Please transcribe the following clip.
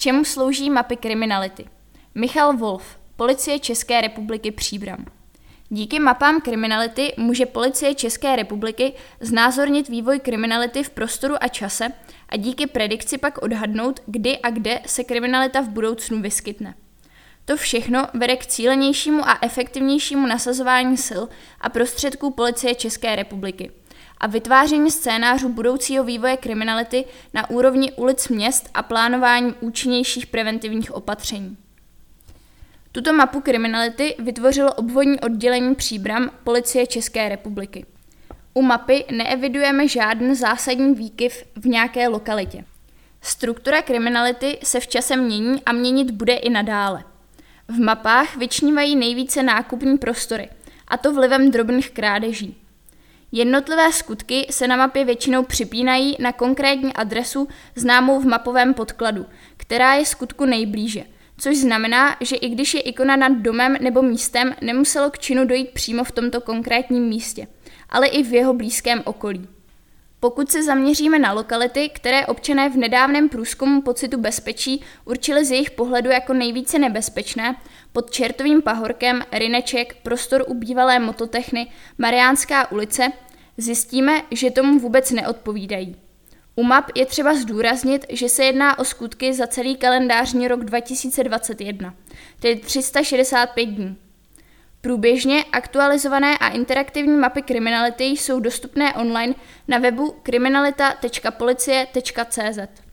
čemu slouží mapy kriminality? Michal Wolf, Policie České republiky Příbram. Díky mapám kriminality může Policie České republiky znázornit vývoj kriminality v prostoru a čase a díky predikci pak odhadnout, kdy a kde se kriminalita v budoucnu vyskytne. To všechno vede k cílenějšímu a efektivnějšímu nasazování sil a prostředků Policie České republiky a vytváření scénářů budoucího vývoje kriminality na úrovni ulic měst a plánování účinnějších preventivních opatření. Tuto mapu kriminality vytvořilo obvodní oddělení Příbram Policie České republiky. U mapy neevidujeme žádný zásadní výkyv v nějaké lokalitě. Struktura kriminality se v čase mění a měnit bude i nadále. V mapách vyčnívají nejvíce nákupní prostory, a to vlivem drobných krádeží. Jednotlivé skutky se na mapě většinou připínají na konkrétní adresu známou v mapovém podkladu, která je skutku nejblíže, což znamená, že i když je ikona nad domem nebo místem, nemuselo k činu dojít přímo v tomto konkrétním místě, ale i v jeho blízkém okolí. Pokud se zaměříme na lokality, které občané v nedávném průzkumu pocitu bezpečí určili z jejich pohledu jako nejvíce nebezpečné, pod Čertovým pahorkem, Ryneček, prostor u bývalé mototechny, Mariánská ulice, zjistíme, že tomu vůbec neodpovídají. U map je třeba zdůraznit, že se jedná o skutky za celý kalendářní rok 2021, tedy 365 dní. Průběžně aktualizované a interaktivní mapy kriminality jsou dostupné online na webu kriminalita.policie.cz.